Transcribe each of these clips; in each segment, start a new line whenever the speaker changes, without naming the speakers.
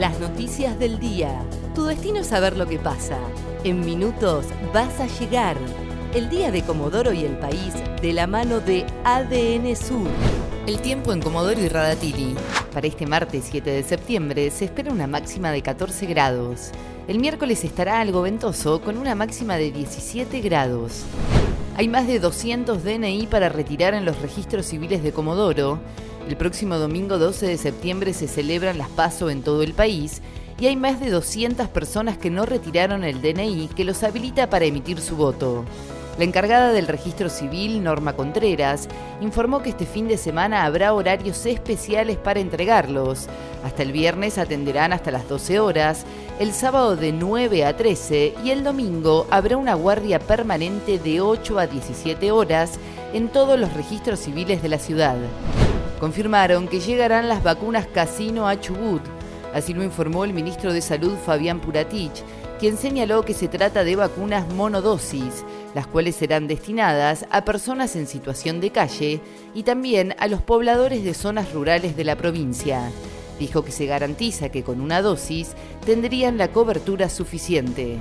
Las noticias del día. Tu destino es saber lo que pasa. En minutos vas a llegar. El día de Comodoro y el país de la mano de ADN Sur. El tiempo en Comodoro y Radatili. Para este martes 7 de septiembre se espera una máxima de 14 grados. El miércoles estará algo ventoso con una máxima de 17 grados. Hay más de 200 DNI para retirar en los registros civiles de Comodoro. El próximo domingo 12 de septiembre se celebran las PASO en todo el país y hay más de 200 personas que no retiraron el DNI que los habilita para emitir su voto. La encargada del registro civil, Norma Contreras, informó que este fin de semana habrá horarios especiales para entregarlos. Hasta el viernes atenderán hasta las 12 horas, el sábado de 9 a 13 y el domingo habrá una guardia permanente de 8 a 17 horas en todos los registros civiles de la ciudad. Confirmaron que llegarán las vacunas Casino a Chubut. Así lo informó el ministro de Salud, Fabián Puratich, quien señaló que se trata de vacunas monodosis, las cuales serán destinadas a personas en situación de calle y también a los pobladores de zonas rurales de la provincia. Dijo que se garantiza que con una dosis tendrían la cobertura suficiente.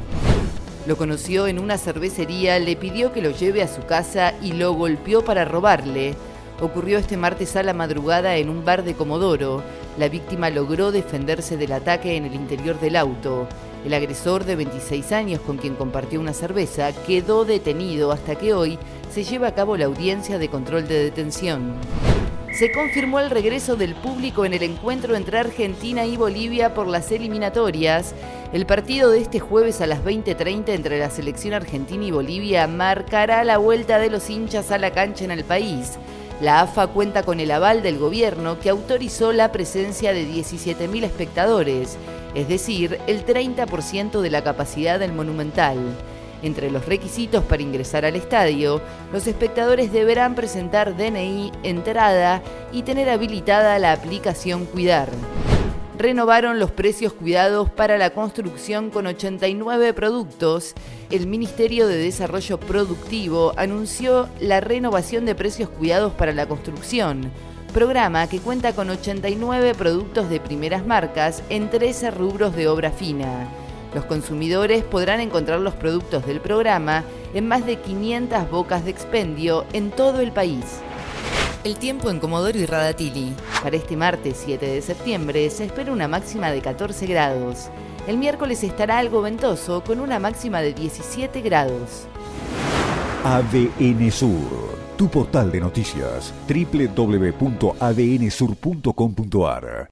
Lo conoció en una cervecería, le pidió que lo lleve a su casa y lo golpeó para robarle. Ocurrió este martes a la madrugada en un bar de Comodoro. La víctima logró defenderse del ataque en el interior del auto. El agresor de 26 años con quien compartió una cerveza quedó detenido hasta que hoy se lleva a cabo la audiencia de control de detención. Se confirmó el regreso del público en el encuentro entre Argentina y Bolivia por las eliminatorias. El partido de este jueves a las 20:30 entre la selección argentina y Bolivia marcará la vuelta de los hinchas a la cancha en el país. La AFA cuenta con el aval del gobierno que autorizó la presencia de 17.000 espectadores, es decir, el 30% de la capacidad del Monumental. Entre los requisitos para ingresar al estadio, los espectadores deberán presentar DNI, entrada y tener habilitada la aplicación Cuidar. Renovaron los precios cuidados para la construcción con 89 productos. El Ministerio de Desarrollo Productivo anunció la renovación de precios cuidados para la construcción, programa que cuenta con 89 productos de primeras marcas en 13 rubros de obra fina. Los consumidores podrán encontrar los productos del programa en más de 500 bocas de expendio en todo el país. El tiempo en Comodoro y Radatili. Para este martes 7 de septiembre se espera una máxima de 14 grados. El miércoles estará algo ventoso con una máxima de 17 grados.
ADN Sur, tu portal de noticias, www.adnsur.com.ar